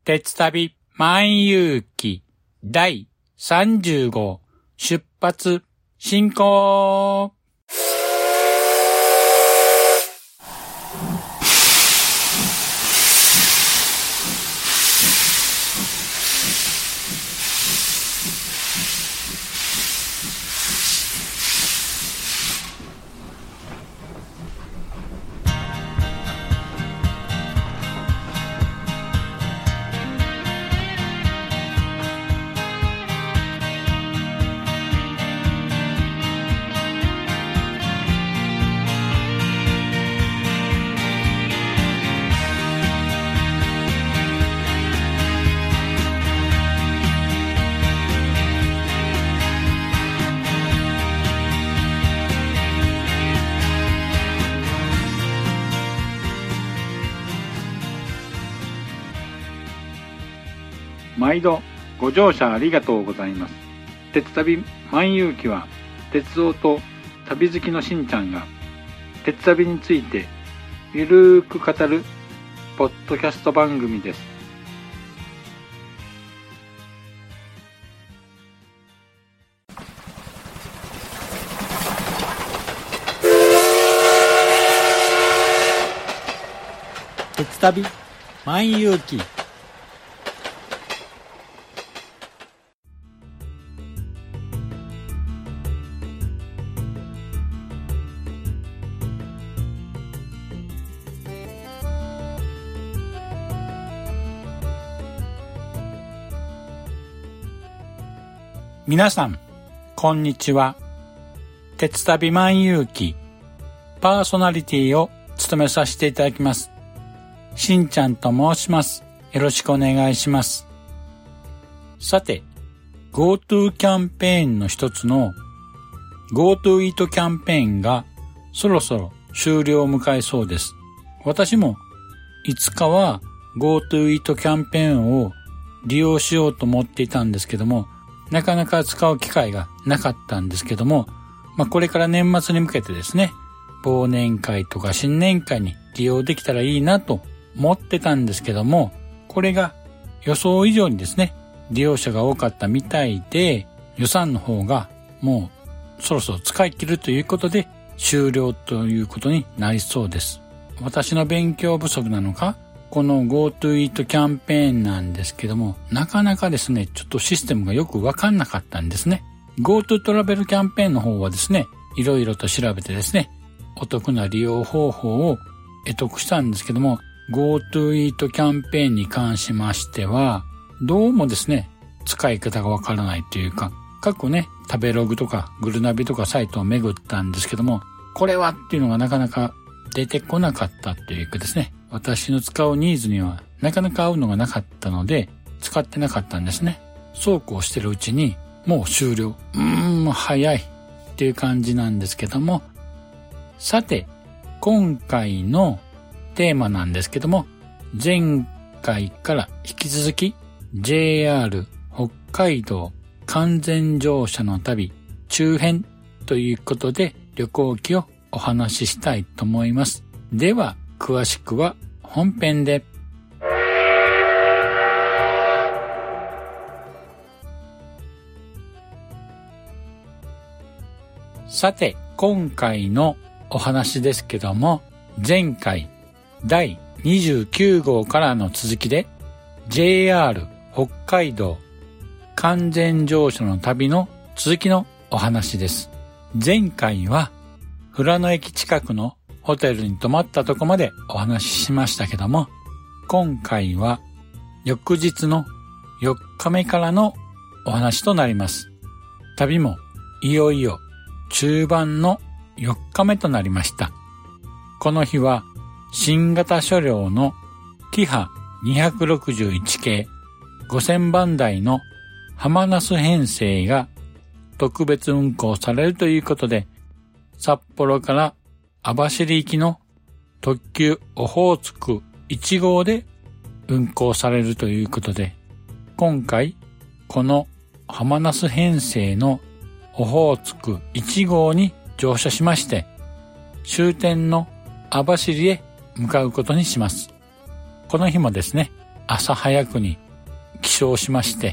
鉄旅万有記第30号出発進行。 毎度ご乗車ありがとうございます。鉄旅万有記は鉄道と旅好きのしんちゃんが鉄旅についてゆるーく語るポッドキャスト番組です。 鉄旅万有記。皆さん、こんにちは。鉄旅万有記パーソナリティを務めさせていただきます。しんちゃんと申します。よろしくお願いします。さて、GoTo キャンペーンの一つの GoTo イートキャンペーンがそろそろ終了を迎えそうです。私もいつかは GoTo イートキャンペーンを利用しようと思っていたんですけども、なかなか使う機会がなかったんですけども、これから年末に向けてですね、忘年会とか新年会に利用できたらいいなと思ってたんですけども、これが予想以上にですね、利用者が多かったみたいで、予算の方がもうそろそろ使い切るということで終了ということになりそうです。私の勉強不足なのか、この GoTo イートキャンペーンなんですけども、なかなかですね、ちょっとシステムがよくわかんなかったんですね。GoTo トラベルキャンペーンの方はですね、いろいろと調べてですね、お得な利用方法を得得したんですけども、GoTo イートキャンペーンに関しましては、どうもですね、使い方がわからないというか、各ね、食べログとかグルナビとかサイトを巡ったんですけども、これはっていうのがなかなか出てこなかったというかですね、私の使うニーズにはなかなか合うのがなかったので使ってなかったんですね。そうこうしてるうちにもう終了。早いっていう感じなんですけども、さて今回のテーマなんですけども、前回から引き続き JR 北海道完全乗車の旅中編ということで旅行記をお話ししたいと思います。では詳しくは本編で。さて今回のお話ですけども、前回第29号からの続きで JR 北海道完全乗車の旅の続きのお話です。前回は富良野駅近くのホテルに泊まったとこまでお話ししましたけども、今回は翌日の4日目からのお話となります。旅もいよいよ中盤の4日目となりました。この日は新型車両のキハ261系5000番台の浜那須編成が特別運行されるということで、札幌から網走行きの特急オホーツク1号で運行されるということで、今回この浜那須編成のオホーツク1号に乗車しまして、終点の網走へ向かうことにします。この日もですね、 朝早くに起床しまして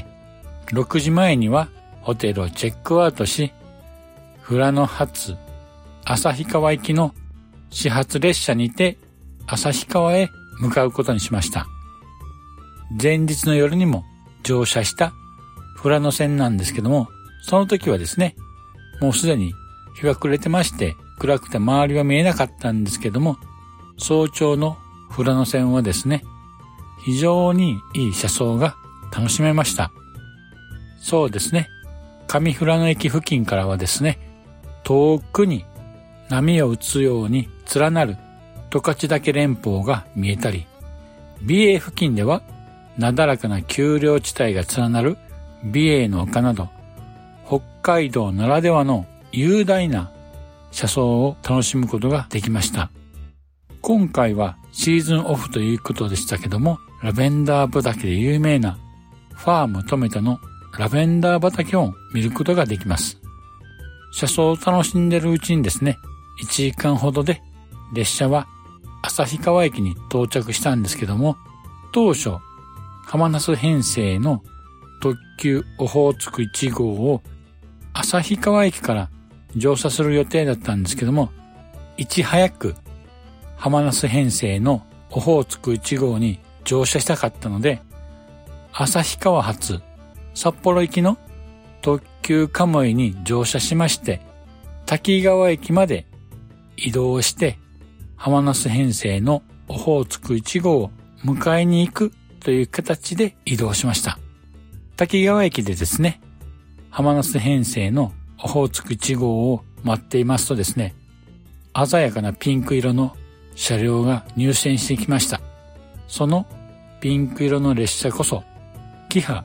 、6時前にはホテルをチェックアウトし、富良野発旭川行きの始発列車にて旭川へ向かうことにしました。前日の夜にも乗車した富良野線なんですけども、その時はですね、もうすでに日が暮れてまして暗くて周りは見えなかったんですけども、早朝の富良野線はですね、非常にいい車窓が楽しめました。そうですね、上富良野駅付近からはですね、遠くに波を打つように連なる十勝岳連峰が見えたり、美瑛付近ではなだらかな丘陵地帯が連なる美瑛の丘など、北海道ならではの雄大な車窓を楽しむことができました。今回はシーズンオフということでしたけども、ラベンダー畑で有名なファームトメタのラベンダー畑を見ることができます。車窓を楽しんでいるうちにですね、1時間ほどで列車は旭川駅に到着したんですけども、当初浜那須編成の特急オホーツク1号を旭川駅から乗車する予定だったんですけども、いち早く浜那須編成のオホーツク1号に乗車したかったので、旭川発札幌行きの特急カムイに乗車しまして、滝川駅まで移動して浜那須編成のオホーツク1号を迎えに行くという形で移動しました。滝川駅でですね、浜那須編成のオホーツク1号を待っていますとですね、鮮やかなピンク色の車両が入線してきました。そのピンク色の列車こそ、キハ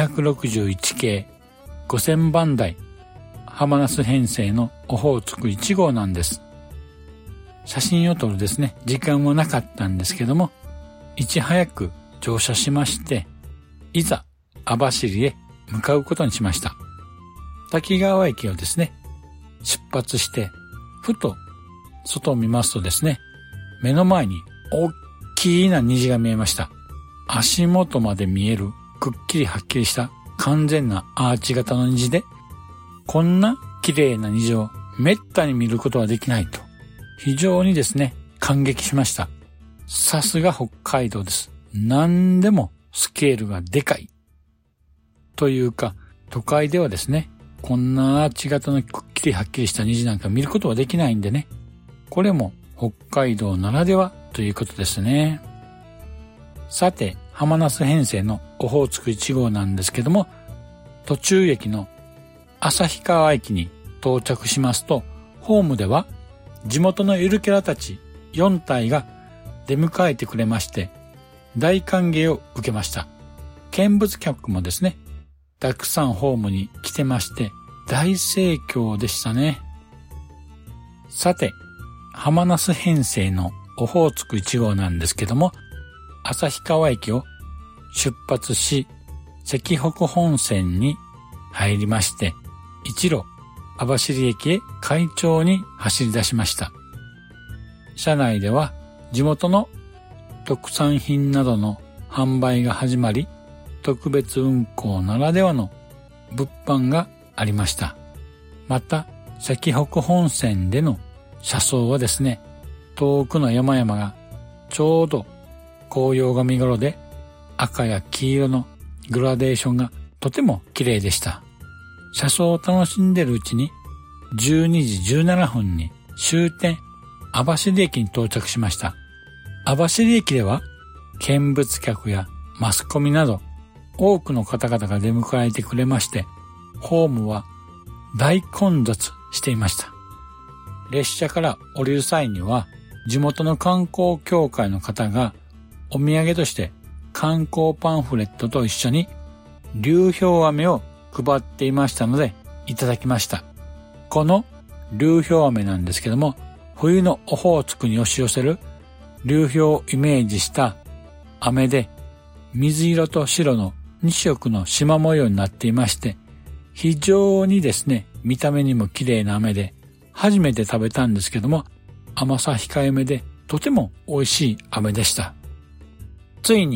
261系5000番台浜那須編成のオホーツク1号なんです。写真を撮るですね、時間はなかったんですけども、いち早く乗車しまして、いざ網走へ向かうことにしました。滝川駅をですね、出発して、ふと外を見ますとですね、目の前に大きな虹が見えました。足元まで見えるくっきりはっきりした完全なアーチ型の虹で、こんな綺麗な虹をめったに見ることはできないと、非常にですね、感激しました。さすが北海道です。何でもスケールがでかい。というか、都会ではですね、こんなアーチ型のくっきりはっきりした虹なんか見ることはできないんでね、これも北海道ならではということですね。さて、浜那須編成のオホーツク1号なんですけども、途中駅の旭川駅に到着しますと、ホームでは地元のゆるキャラたち4体が出迎えてくれまして、大歓迎を受けました。見物客もですね、たくさんホームに来てまして、大盛況でしたね。さて、浜那須編成のオホーツク1号なんですけども、旭川駅を出発し、石北本線に入りまして、一路網走駅へ快調に走り出しました。車内では地元の特産品などの販売が始まり、特別運行ならではの物販がありました。また、石北本線での車窓はですね、遠くの山々がちょうど紅葉が見頃で、赤や黄色のグラデーションがとても綺麗でした。車窓を楽しんでいるうちに、12時17分に終点網走駅に到着しました。網走駅では見物客やマスコミなど多くの方々が出迎えてくれまして、ホームは大混雑していました。列車から降りる際には、地元の観光協会の方がお土産として観光パンフレットと一緒に流氷飴を配っていましたのでいただきました。この流氷飴なんですけども、冬のオホーツクに押し寄せる流氷をイメージした飴で、水色と白の2色の縞模様になっていまして、非常にですね、見た目にも綺麗な飴で、初めて食べたんですけども、甘さ控えめでとても美味しい飴でした。ついに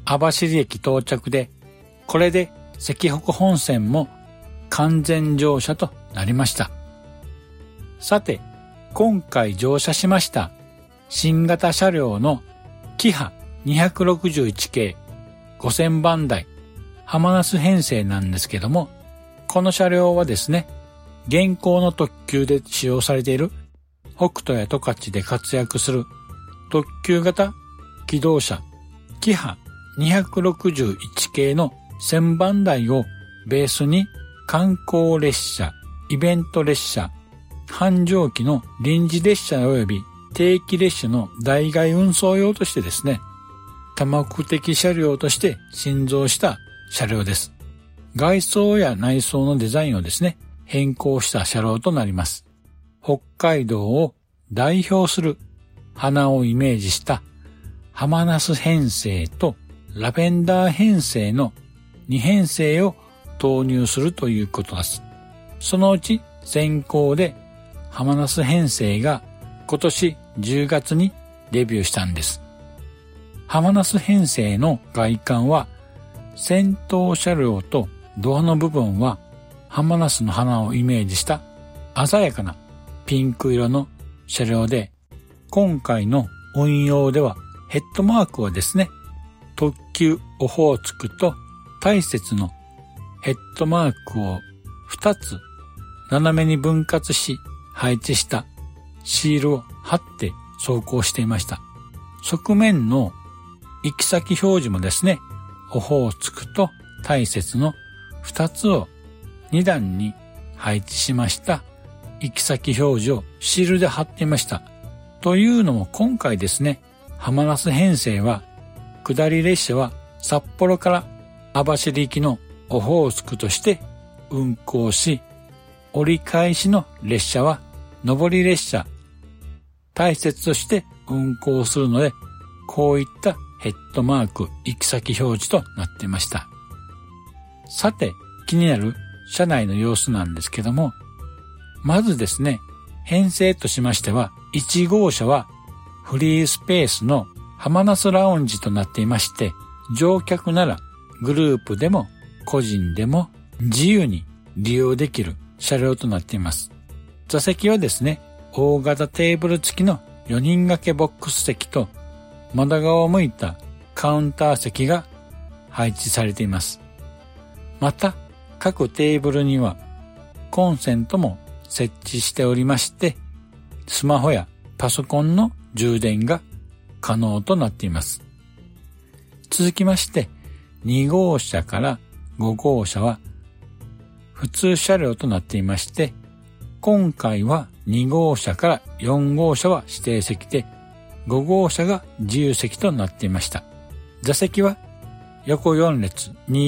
網走駅到着で、これで石北本線も完全乗車となりました。さて、今回乗車しました新型車両のキハ261系5000番台浜那須編成なんですけども、この車両はですね、現行の特急で使用されている北斗や十勝で活躍する特急型機動車キハ261系の1000番台をベースに観光列車、イベント列車、繁盛期の臨時列車及び定期列車の代替運送用としてですね、多目的車両として新造した車両です。外装や内装のデザインをですね、変更した車両となります。北海道を代表する花をイメージした浜那須編成とラベンダー編成の2編成を投入するということです。そのうち先行で浜那須編成が今年10月にデビューしたんです。浜那須編成の外観は先頭車両とドアの部分は浜那須の花をイメージした鮮やかなピンク色の車両で、今回の運用ではヘッドマークはですね、特急オホーツクと大雪のヘッドマークを2つ斜めに分割し配置したシールを貼って走行していました。側面の行き先表示もですね、オホーツクと大雪の2つを2段に配置しました行き先表示をシールで貼っていました。というのも今回ですね、浜那須編成は下り列車は札幌から網走行きのオホーツクとして運行し、折り返しの列車は上り列車大雪として運行するので、こういったヘッドマーク行き先表示となっていました。さて、気になる車内の様子なんですけども、まずですね、編成としましては、1号車はフリースペースの浜那須ラウンジとなっていまして、乗客ならグループでも個人でも自由に利用できる車両となっています。座席はですね、大型テーブル付きの4人掛けボックス席と窓側を向いたカウンター席が配置されています。また、各テーブルにはコンセントも設置しておりまして、スマホやパソコンの充電が可能となっています。続きまして、2号車から5号車は普通車両となっていまして、今回は2号車から4号車は指定席で、5号車が自由席となっていました。座席は横4列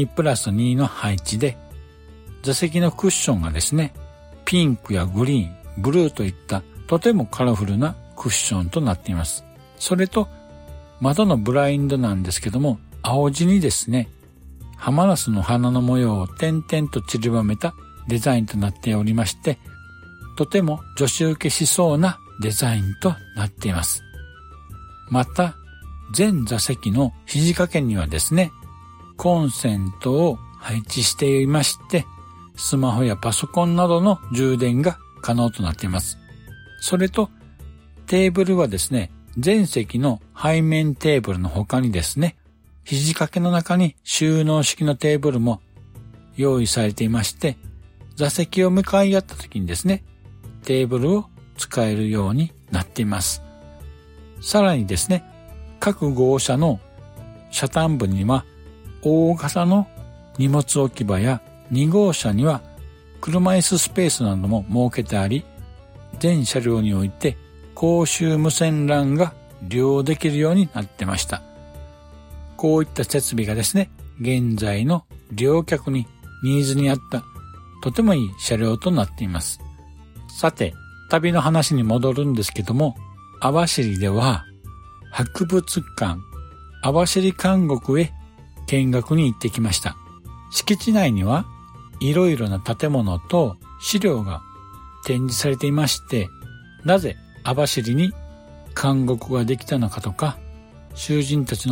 2+2の配置で、座席のクッションがですね、ピンクやグリーン、ブルーといったとてもカラフルなクッションとなっています。それと窓のブラインドなんですけども、青地にですね、浜那須の花の模様を点々と散りばめたデザインとなっておりまして、とても女子受けしそうなデザインとなっています。また、全座席の肘掛けにはですね、コンセントを配置していまして、スマホやパソコンなどの充電が可能となっています。それと、テーブルはですね、全席の背面テーブルの他にですね、肘掛けの中に収納式のテーブルも用意されていまして、座席を向かい合った時にですね、テーブルを使えるようになっています。さらにですね、各号車の車端部には大型の荷物置き場や2号車には車椅子スペースなども設けてあり、全車両において公衆無線 LAN が利用できるようになってました。こういった設備がですね、現在の利用客にニーズに合ったとてもいい車両となっています。さて、旅の話に戻るんですけども、網走では博物館網走監獄へ見学に行ってきました。敷地内にはいろいろな建物と資料が展示されていまして、なぜ網走に監獄ができたのかとか、囚人たちの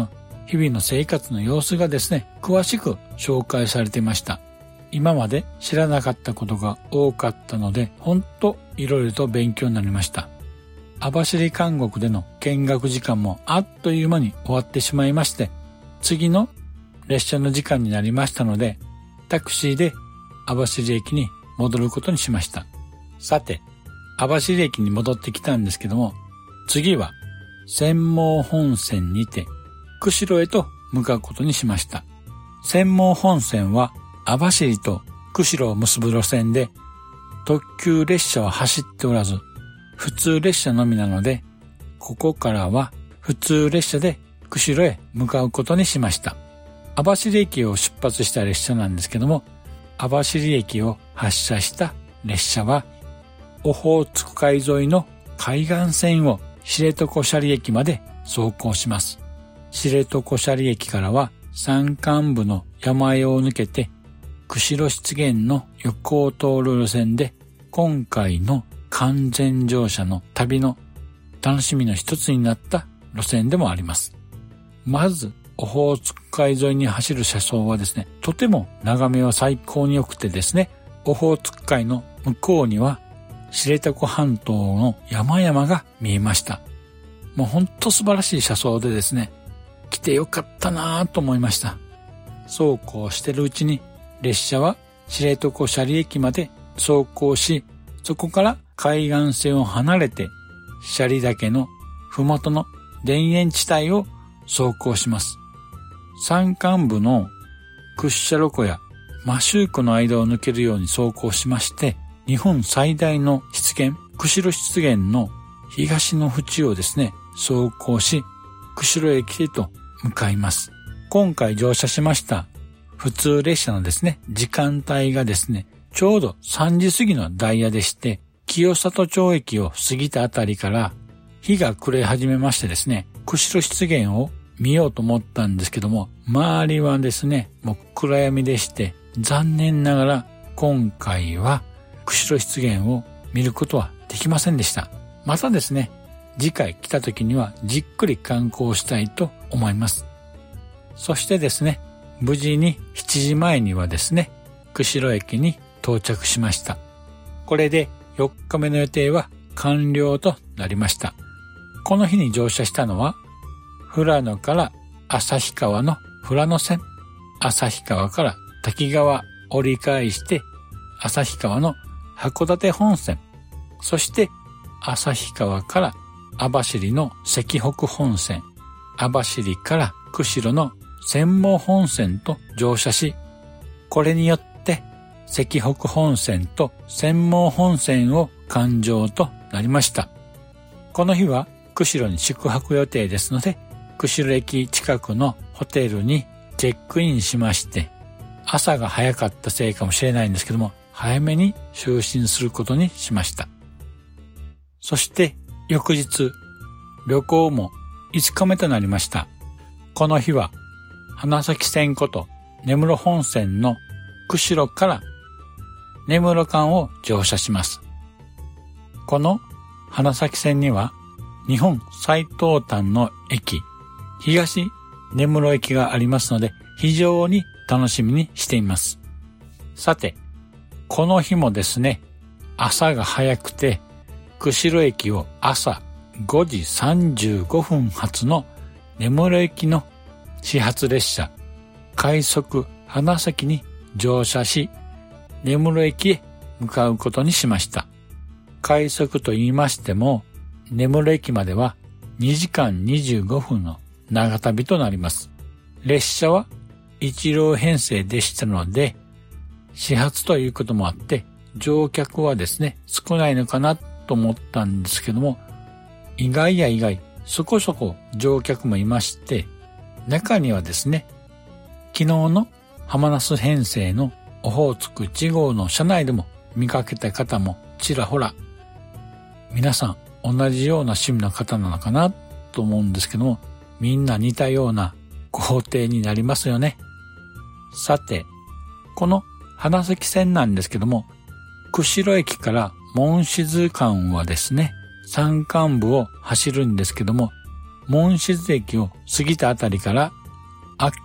日々の生活の様子がですね、詳しく紹介されていました。今まで知らなかったことが多かったので、ほんといろいろと勉強になりました。網走監獄での見学時間もあっという間に終わってしまいまして、次の列車の時間になりましたので、タクシーで網走駅に戻ることにしました。さて、網走駅に戻ってきたんですけども、次は釧網本線にて釧路へと向かうことにしました。釧網本線は網走と釧路を結ぶ路線で、特急列車は走っておらず、普通列車のみなので、ここからは普通列車で釧路へ向かうことにしました。網走駅を出発した列車なんですけども、網走駅を発車した列車は、オホーツク海沿いの海岸線を知床斜里駅まで走行します。知床斜里駅からは山間部の山あいを抜けて、釧路湿原の横を通る路線で、今回の完全乗車の旅の楽しみの一つになった路線でもあります。まず、オホーツク海沿いに走る車窓はですね、とても眺めは最高に良くてですね、オホーツク海の向こうには知床半島の山々が見えました。もうほんと素晴らしい車窓でですね、来てよかったなぁと思いました。そうこうしてるうちに列車は知床斜里駅まで走行し、そこから海岸線を離れて斜里岳のふもとの田園地帯を走行します。山間部の屈斜路湖や摩周湖の間を抜けるように走行しまして、日本最大の湿原、釧路湿原の東の縁をですね、走行し、釧路駅へと向かいます。今回乗車しました普通列車のですね、時間帯がですね、ちょうど3時過ぎのダイヤでして、清里町駅を過ぎたあたりから日が暮れ始めましてですね、釧路湿原を見ようと思ったんですけども、周りはですね、もう暗闇でして、残念ながら今回は釧路湿原を見ることはできませんでした。またですね、次回来た時にはじっくり観光したいと思います。そしてですね、無事に7時前にはですね、釧路駅に到着しました。これで4日目の予定は完了となりました。この日に乗車したのは、富良野から旭川の富良野線、旭川から滝川折り返して旭川の函館本線、そして旭川から網走の石北本線、網走から釧路の釧網本線と乗車し、これによって石北本線と釧網本線を環状となりました。この日は釧路に宿泊予定ですので、釧路駅近くのホテルにチェックインしまして、朝が早かったせいかもしれないんですけども、早めに就寝することにしました。そして翌日、旅行も5日目となりました。この日は花咲線こと根室本線の釧路から根室間を乗車します。この花咲線には日本最東端の駅、東根室駅がありますので、非常に楽しみにしています。さて、この日もですね、朝が早くて、釧路駅を朝5時35分発の根室駅の始発列車、快速花咲に乗車し、根室駅へ向かうことにしました。快速と言いましても、根室駅までは2時間25分の長旅となります。列車は1両編成でしたので、始発ということもあって、乗客はですね、少ないのかなと思ったんですけども、意外や意外、そこそこ乗客もいまして、中にはですね、昨日の浜那須編成のオホーツク1号の車内でも見かけた方もちらほら、皆さん同じような趣味の方なのかなと思うんですけども、みんな似たような工程になりますよね。さて、この花咲線なんですけども、釧路駅から門静間はですね、山間部を走るんですけども、門静駅を過ぎたあたりから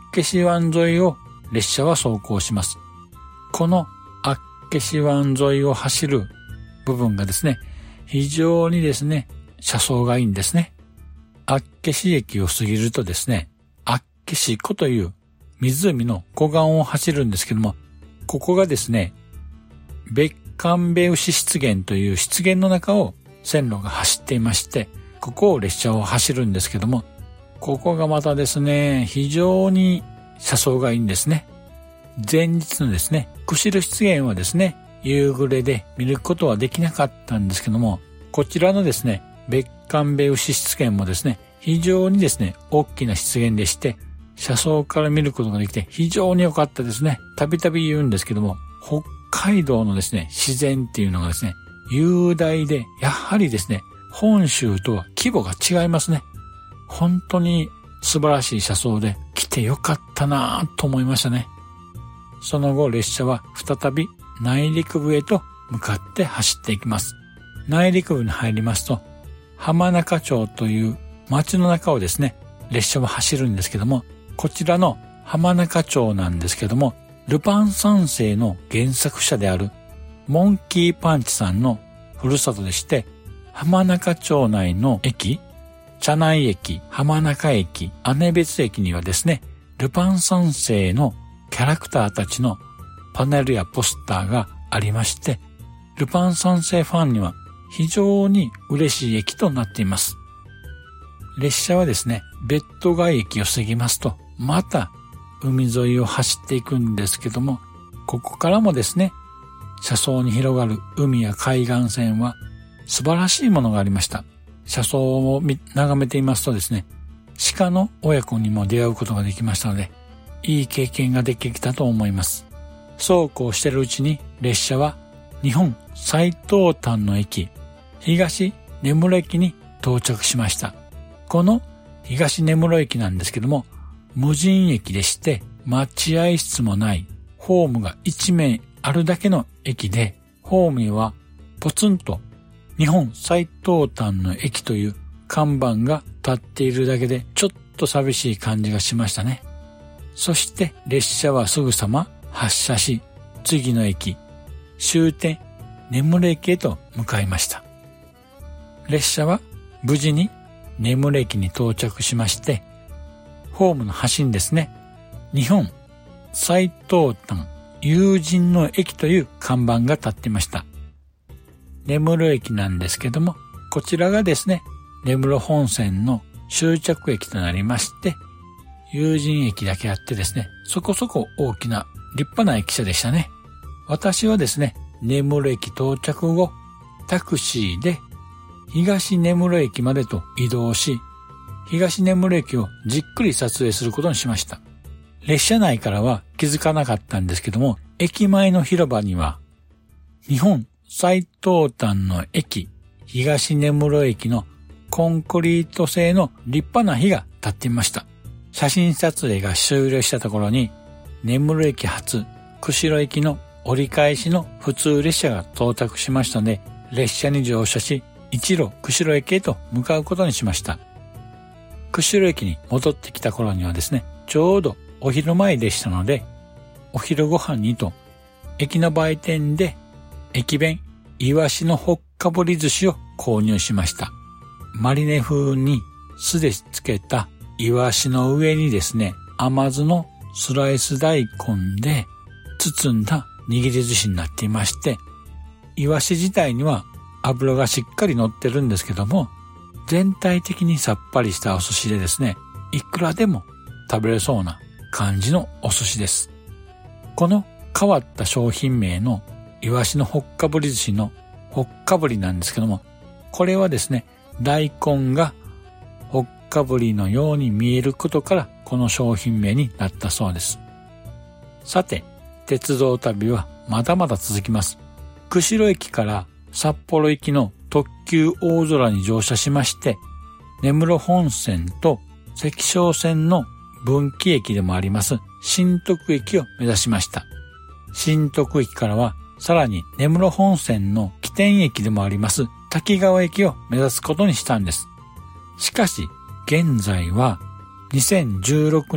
けし湾沿いを列車は走行します。この厚岸湾沿いを走る部分がですね、非常にですね、車窓がいいんですね。厚岸駅を過ぎるとですね、厚岸湖という湖の湖岸を走るんですけども、ここがですね、別寒部牛湿原という湿原の中を線路が走っていまして、ここを列車を走るんですけども、ここがまたですね、非常に車窓がいいんですね。前日のですね、釧路湿原はですね、夕暮れで見ることはできなかったんですけども、こちらのですね、別寒部牛湿原もですね、非常にですね、大きな湿原でして、車窓から見ることができて非常に良かったですね。たびたび言うんですけども、北海道のですね、自然っていうのがですね、雄大で、やはりですね、本州とは規模が違いますね。本当に素晴らしい車窓で来てよかったなぁと思いましたね。その後列車は再び内陸部へと向かって走っていきます。内陸部に入りますと、浜中町という町の中をですね、列車は走るんですけども、こちらの浜中町なんですけども、ルパン三世の原作者であるモンキーパンチさんのふるさとでして、浜中町内の駅、茶内駅、浜中駅、姉別駅にはですね、ルパン三世のキャラクターたちのパネルやポスターがありまして、ルパン三世ファンには非常に嬉しい駅となっています。列車はですね、別途街駅を過ぎますと、また海沿いを走っていくんですけども、ここからもですね、車窓に広がる海や海岸線は素晴らしいものがありました。車窓を眺めていますとですね、鹿の親子にも出会うことができましたので、いい経験ができたと思います。そうこうしているうちに列車は日本最東端の駅、東根室駅に到着しました。この東根室駅なんですけども、無人駅でして待合室もない、ホームが一面あるだけの駅で、ホームにはポツンと日本最東端の駅という看板が立っているだけでちょっと寂しい感じがしましたね。そして列車はすぐさま発車し、次の駅、終点根室駅へと向かいました。列車は無事に根室駅に到着しまして、ホームの端にですね、日本最東端有人の駅という看板が立っていました。根室駅なんですけども、こちらがですね、根室本線の終着駅となりまして、有人駅だけあってですね、そこそこ大きな立派な駅舎でしたね。私はですね、根室駅到着後、タクシーで東根室駅までと移動し、東根室駅をじっくり撮影することにしました。列車内からは気づかなかったんですけども、駅前の広場には、日本最東端の駅、東根室駅のコンクリート製の立派な碑が立っていました。写真撮影が終了したところに、根室駅発、釧路駅の折り返しの普通列車が到着しましたので、列車に乗車し、一路釧路駅へと向かうことにしました。釧路駅に戻ってきた頃にはですね、ちょうどお昼前でしたので、お昼ご飯にと、駅の売店で駅弁、イワシのほっかぶり寿司を購入しました。マリネ風に酢でつけたイワシの上にですね、甘酢のスライス大根で包んだ握り寿司になっていまして、イワシ自体には油がしっかり乗ってるんですけども、全体的にさっぱりしたお寿司でですね、いくらでも食べれそうな感じのお寿司です。この変わった商品名のイワシのほっかぶり寿司のほっかぶりなんですけども、これはですね、大根がほっかぶりのように見えることからこの商品名になったそうです。さて、鉄道旅はまだまだ続きます。釧路駅から札幌行きの特急大空に乗車しまして、根室本線と関商線の分岐駅でもあります新徳駅を目指しました。新徳駅からはさらに根室本線の起点駅でもあります滝川駅を目指すことにしたんです。しかし現在は2016年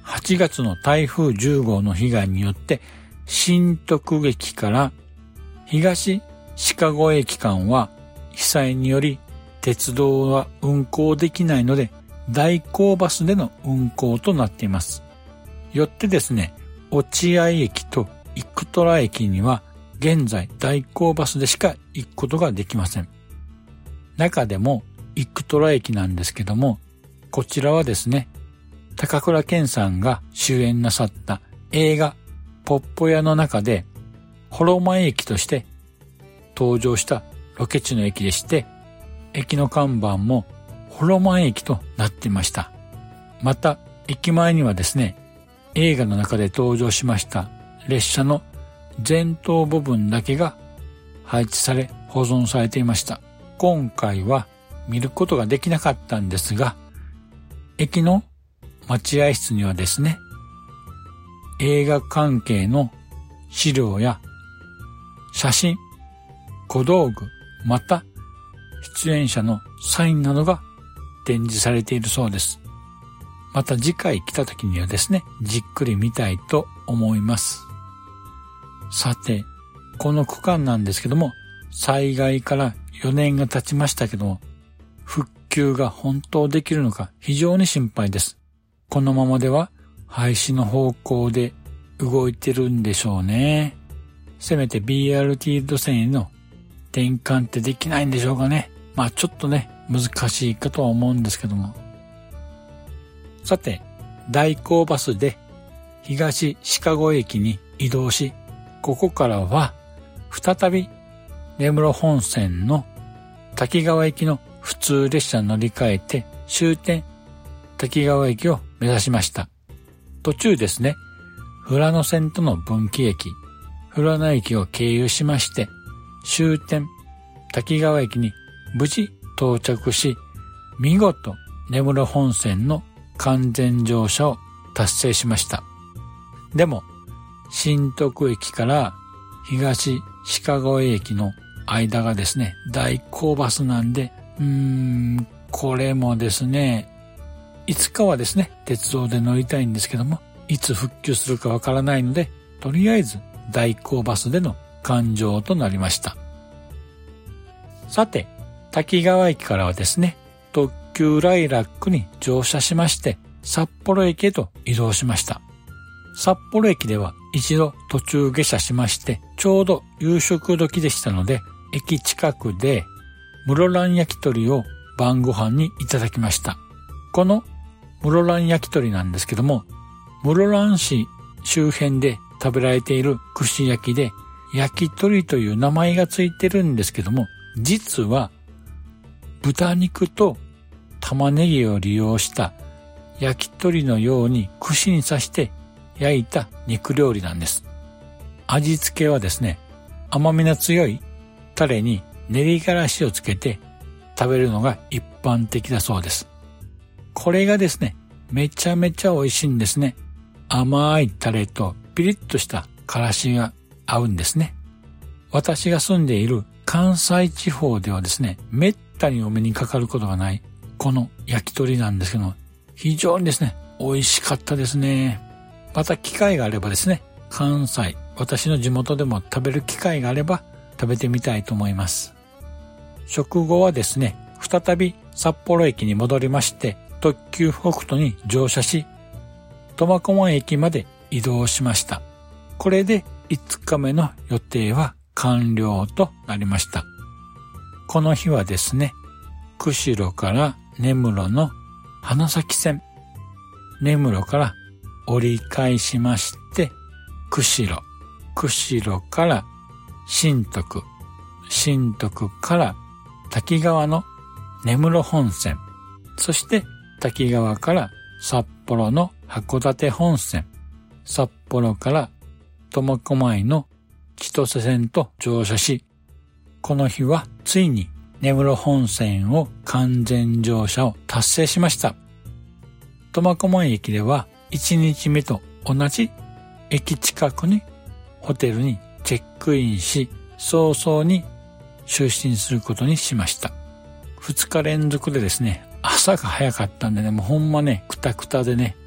8月の台風10号の被害によって新徳駅から東シカゴ駅間は被災により鉄道は運行できないので代行バスでの運行となっています。よってですね、落合駅と生虎駅には現在代行バスでしか行くことができません。中でも生虎駅なんですけども、こちらはですね、高倉健さんが主演なさった映画ポッポ屋の中で幌前駅として登場したロケ地の駅でして、駅の看板も幌前駅となっていました。また駅前にはですね、映画の中で登場しました列車の前頭部分だけが配置され保存されていました。今回は見ることができなかったんですが、駅の待合室にはですね、映画関係の資料や写真、小道具、また出演者のサインなどが展示されているそうです。また次回来た時にはですね、じっくり見たいと思います。さて、この区間なんですけども、災害から4年が経ちましたけども、復旧が本当できるのか非常に心配です。このままでは廃止の方向で動いてるんでしょうね。せめて BRT 路線への転換ってできないんでしょうかね。まあちょっとね、難しいかとは思うんですけども。さて、代行バスで東シカゴ駅に移動し、ここからは再び根室本線の滝川駅の普通列車に乗り換えて終点滝川駅を目指しました。途中ですね、富良野線との分岐駅、富良野駅を経由しまして、終点滝川駅に無事到着し、見事根室本線の完全乗車を達成しました。でも、新徳駅から東シカゴ駅の間がですね、代行バスなんで、これもですね、いつかはですね、鉄道で乗りたいんですけども、いつ復旧するかわからないので、とりあえず代行バスでの環状となりました。さて、滝川駅からはですね、特急ライラックに乗車しまして、札幌駅へと移動しました。札幌駅では一度途中下車しまして、ちょうど夕食時でしたので、駅近くで室蘭焼き鳥を晩ご飯にいただきました。この室蘭焼き鳥なんですけども、室蘭市周辺で食べられている串焼きで、焼き鳥という名前がついてるんですけども、実は豚肉と玉ねぎを利用した焼き鳥のように串に刺して焼いた肉料理なんです。味付けはですね、甘みの強いタレに練りがらしをつけて食べるのが一般的だそうです。これがですね、めちゃめちゃ美味しいんですね。甘いタレとピリッとしたからしが合うんですね。私が住んでいる関西地方ではですね、めったにお目にかかることがないこの焼き鳥なんですけども、非常にですね、美味しかったですね。また機会があればですね、関西、私の地元でも食べる機会があれば食べてみたいと思います。食後はですね、再び札幌駅に戻りまして、特急北斗に乗車し、苫小牧駅まで移動しました。これで5日目の予定は完了となりました。この日はですね、釧路から根室の花咲線、根室から折り返しまして、釧路から新徳から滝川の根室本線、そして滝川から札幌の函館本線、札幌から苫小牧の千歳線と乗車し、この日はついに根室本線を完全乗車を達成しました。苫小牧駅では1日目と同じ駅近くにホテルにチェックインし、早々に就寝することにしました。2日連続でですね、朝が早かったんでね、もうほんまね、くたくたでね、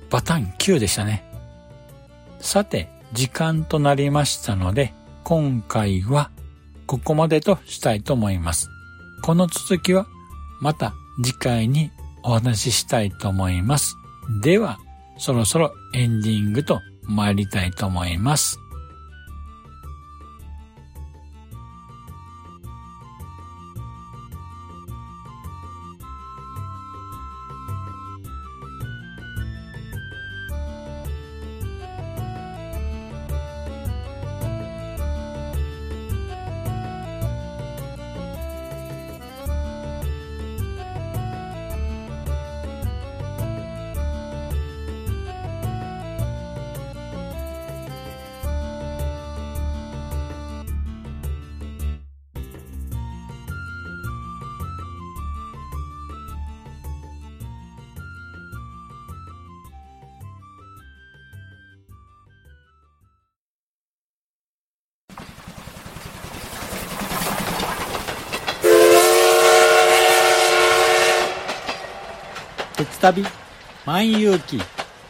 バタン9でしたね。さて、時間となりましたので、今回はここまでとしたいと思います。この続きはまた次回にお話ししたいと思います。では、そろそろエンディングと参りたいと思います。鉄旅万有記。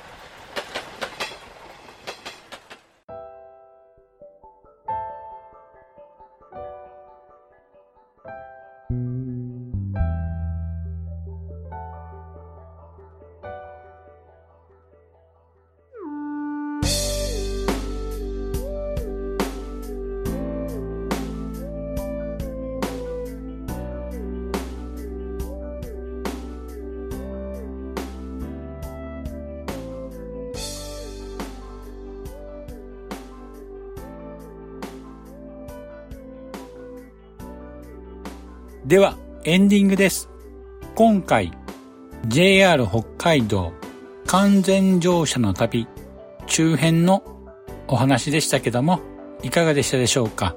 ではエンディングです。今回 JR 北海道完全乗車の旅中編のお話でしたけども、いかがでしたでしょうか。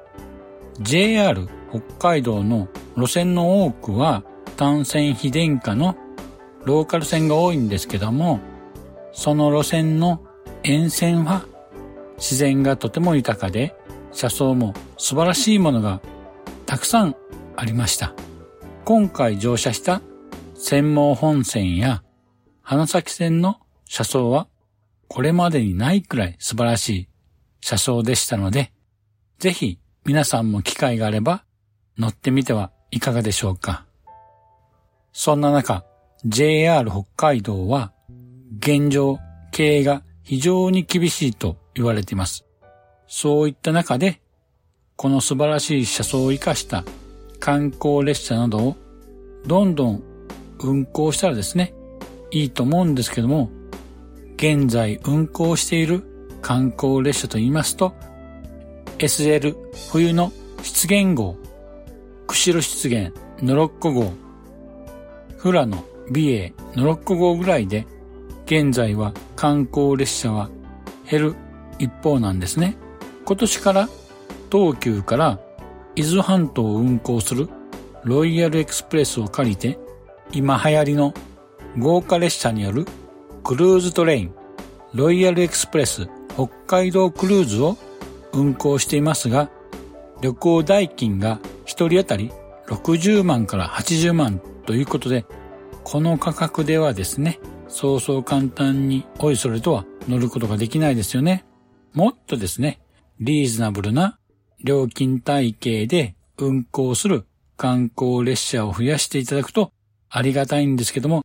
JR 北海道の路線の多くは単線非電化のローカル線が多いんですけども、その路線の沿線は自然がとても豊かで、車窓も素晴らしいものがたくさんありました。今回乗車した釧網本線や花咲線の車窓はこれまでにないくらい素晴らしい車窓でしたので、ぜひ皆さんも機会があれば乗ってみてはいかがでしょうか。そんな中、JR 北海道は現状経営が非常に厳しいと言われています。そういった中で、この素晴らしい車窓を生かした観光列車などをどんどん運行したらですね、いいと思うんですけども、現在運行している観光列車といいますと、SL 冬の湿原号、釧路湿原ノロッコ号、富良野美瑛ノロッコ号ぐらいで、現在は観光列車は減る一方なんですね。今年から東急から伊豆半島を運行するロイヤルエクスプレスを借りて、今流行りの豪華列車によるクルーズトレイン、ロイヤルエクスプレス北海道クルーズを運行していますが、旅行代金が一人当たり60万から80万ということで、この価格ではですね、そうそう簡単においそれとは乗ることができないですよね。もっとですね、リーズナブルな料金体系で運行する観光列車を増やしていただくとありがたいんですけども、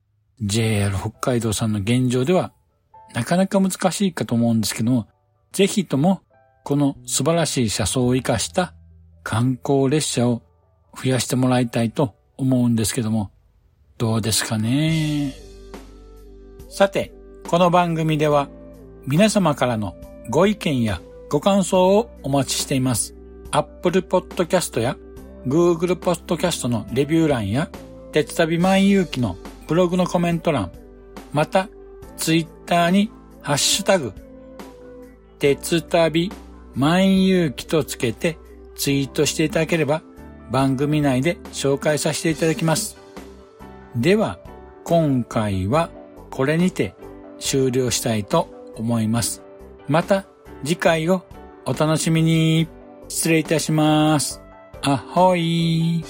JR 北海道さんの現状ではなかなか難しいかと思うんですけども、ぜひともこの素晴らしい車窓を生かした観光列車を増やしてもらいたいと思うんですけども、どうですかね。さて、この番組では皆様からのご意見やご感想をお待ちしています。Apple Podcast や Google Podcast のレビュー欄や鉄旅万有記のブログのコメント欄、また Twitter にハッシュタグ鉄旅万有記とつけてツイートしていただければ番組内で紹介させていただきます。では今回はこれにて終了したいと思います。また次回をお楽しみに。失礼いたします。アホイ。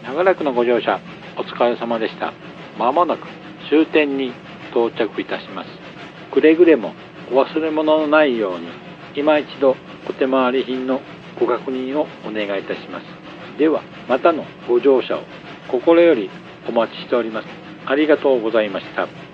長らくのご乗車お疲れ様でした。まもなく終点に到着いたします。くれぐれもお忘れ物のないように今一度お手回り品のご確認をお願いいたします。ではまたのご乗車を心よりお待ちしております。ありがとうございました。